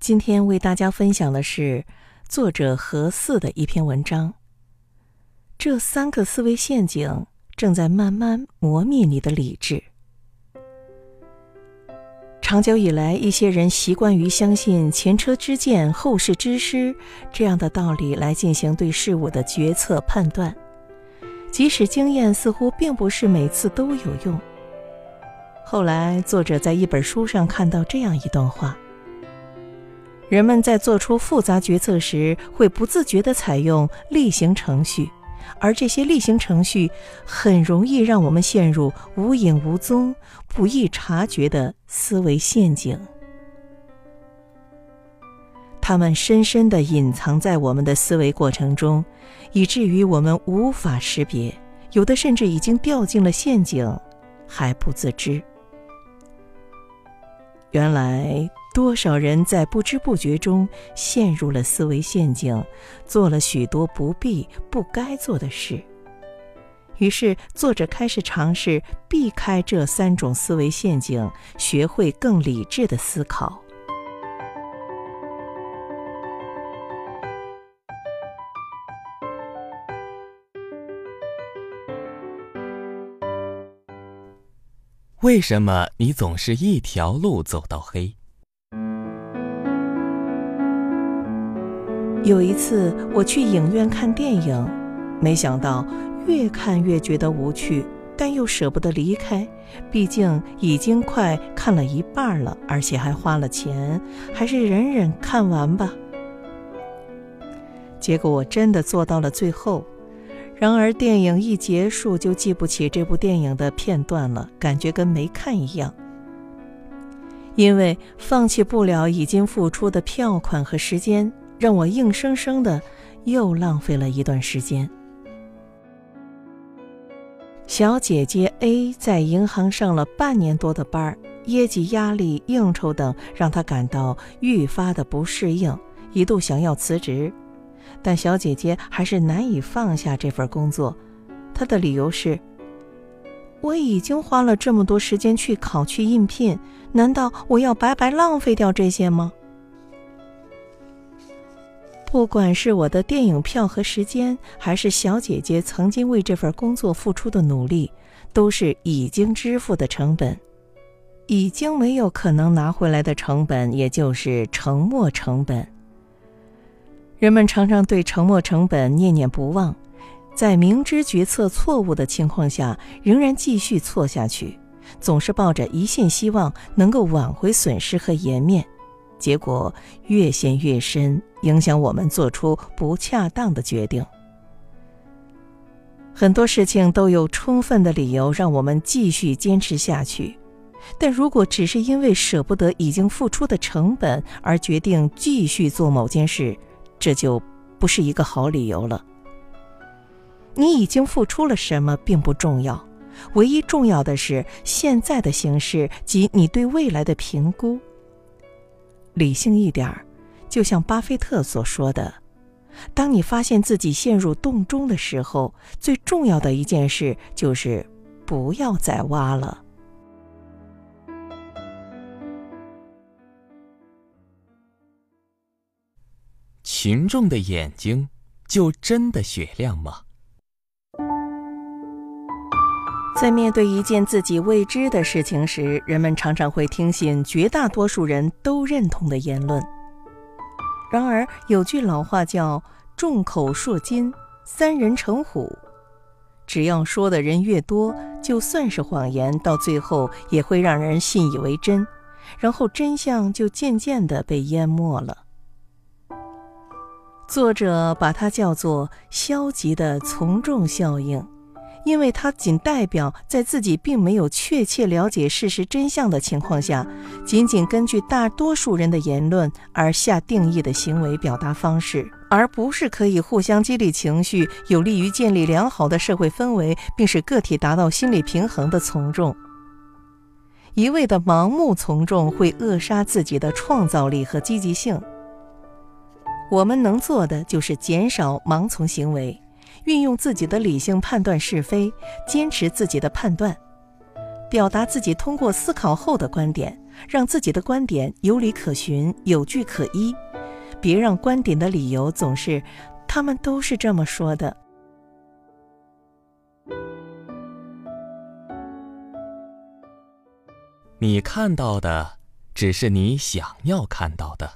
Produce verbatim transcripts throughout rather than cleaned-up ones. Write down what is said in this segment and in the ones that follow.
今天为大家分享的是作者何四的一篇文章。这三个思维陷阱正在慢慢磨灭你的理智。长久以来，一些人习惯于相信前车之鉴后事之师这样的道理来进行对事物的决策判断，即使经验似乎并不是每次都有用。后来作者在一本书上看到这样一段话：人们在做出复杂决策时会不自觉地采用例行程序，而这些例行程序很容易让我们陷入无影无踪、不易察觉的思维陷阱。它们深深地隐藏在我们的思维过程中，以至于我们无法识别，有的甚至已经掉进了陷阱，还不自知。原来多少人在不知不觉中陷入了思维陷阱，做了许多不必不该做的事。于是作者开始尝试避开这三种思维陷阱，学会更理智的思考。 为什么你总是一条路走到黑？ 有一次我去影院看电影，没想到越看越觉得无趣，但又舍不得离开，毕竟已经快看了一半了，而且还花了钱，还是忍忍看完吧。结果我真的做到了最后，然而电影一结束就记不起这部电影的片段了，感觉跟没看一样。因为放弃不了已经付出的票款和时间，让我硬生生的又浪费了一段时间。小姐姐 A 在银行上了半年多的班，业绩压力、应酬等让她感到愈发的不适应，一度想要辞职。但小姐姐还是难以放下这份工作，她的理由是：我已经花了这么多时间去考去应聘，难道我要白白浪费掉这些吗？不管是我的电影票和时间，还是小姐姐曾经为这份工作付出的努力，都是已经支付的成本。已经没有可能拿回来的成本，也就是沉没成本。人们常常对沉没成本念念不忘，在明知决策错误的情况下，仍然继续错下去，总是抱着一线希望能够挽回损失和颜面，结果越陷越深，影响我们做出不恰当的决定。很多事情都有充分的理由让我们继续坚持下去，但如果只是因为舍不得已经付出的成本而决定继续做某件事，这就不是一个好理由了。你已经付出了什么并不重要，唯一重要的是现在的形势及你对未来的评估。理性一点，就像巴菲特所说的，当你发现自己陷入洞中的时候，最重要的一件事就是不要再挖了。 群众的眼睛就真的雪亮吗？ 在面对一件自己未知的事情时，人们常常会听信绝大多数人都认同的言论。然而有句老话叫众口铄金，三人成虎。只要说的人越多，就算是谎言，到最后也会让人信以为真，然后真相就渐渐地被淹没了。作者把它叫做消极的从众效应，因为它仅代表在自己并没有确切了解事实真相的情况下，仅仅根据大多数人的言论而下定义的行为表达方式，而不是可以互相激励情绪，有利于建立良好的社会氛围，并使个体达到心理平衡的从众。一味的盲目从众会扼杀自己的创造力和积极性。我们能做的就是减少盲从行为，运用自己的理性判断是非，坚持自己的判断，表达自己通过思考后的观点， 让自己的观点有理可循，有据可依，别让观点的理由总是他们都是这么说的。 你看到的只是你想要看到的。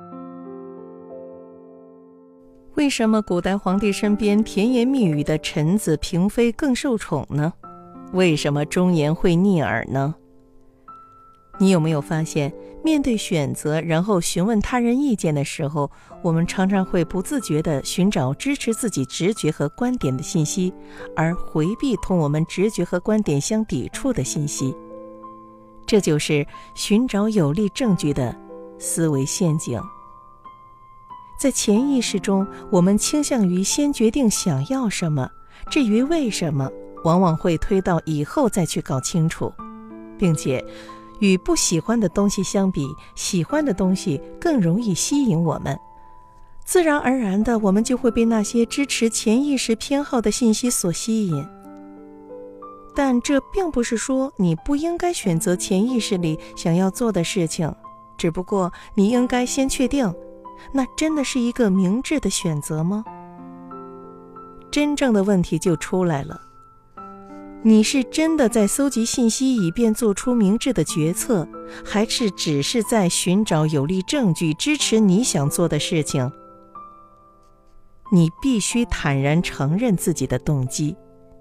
为什么古代皇帝身边甜言蜜语的臣子嫔妃更受宠呢？为什么忠言会逆耳呢？你有没有发现，面对选择然后询问他人意见的时候，我们常常会不自觉地寻找支持自己直觉和观点的信息，而回避同我们直觉和观点相抵触的信息。这就是寻找有力证据的思维陷阱。在潜意识中，我们倾向于先决定想要什么，至于为什么，往往会推到以后再去搞清楚，并且与不喜欢的东西相比，喜欢的东西更容易吸引我们。自然而然的，我们就会被那些支持潜意识偏好的信息所吸引。但这并不是说你不应该选择潜意识里想要做的事情，只不过你应该先确定，那真的是一个明智的选择吗？真正的问题就出来了，你是真的在搜集信息以便做出明智的决策，还是只是在寻找有力证据支持你想做的事情？你必须坦然承认自己的动机。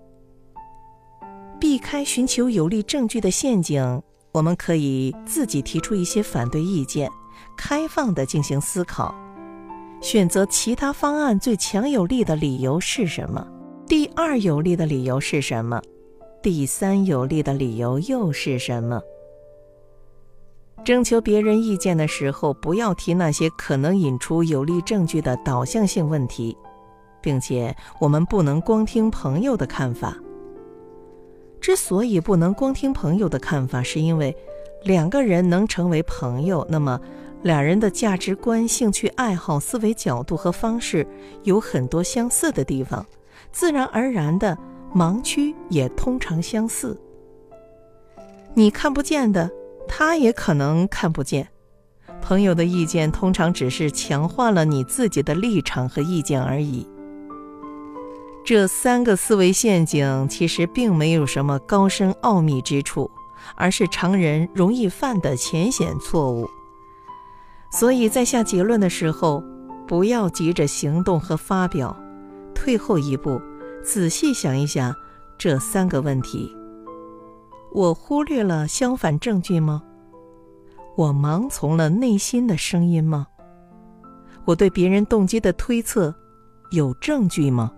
避开寻求有力证据的陷阱，我们可以自己提出一些反对意见，开放地进行思考，选择其他方案最强有力的理由是什么，第二有力的理由是什么，第三有力的理由又是什么。征求别人意见的时候，不要提那些可能引出有力证据的导向性问题，并且我们不能光听朋友的看法。之所以不能光听朋友的看法，是因为两个人能成为朋友，那么两人的价值观、兴趣爱好、思维角度和方式有很多相似的地方，自然而然的盲区也通常相似。你看不见的，他也可能看不见。朋友的意见通常只是强化了你自己的立场和意见而已。这三个思维陷阱其实并没有什么高深奥秘之处，而是常人容易犯的浅显错误。所以在下结论的时候，不要急着行动和发表，退后一步，仔细想一想这三个问题。我忽略了相反证据吗？我盲从了内心的声音吗？我对别人动机的推测有证据吗？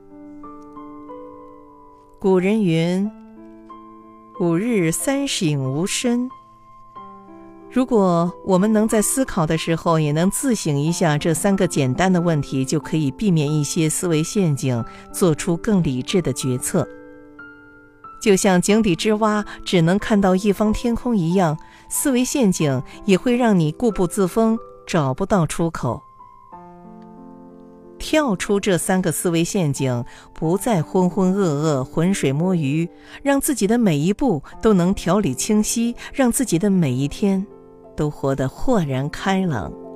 古人云，吾日三省吾身。如果我们能在思考的时候也能自省一下这三个简单的问题，就可以避免一些思维陷阱，做出更理智的决策。就像井底之蛙只能看到一方天空一样，思维陷阱也会让你固步自封，找不到出口。跳出这三个思维陷阱，不再浑浑噩噩、浑水摸鱼，让自己的每一步都能条理清晰，让自己的每一天都活得豁然开朗。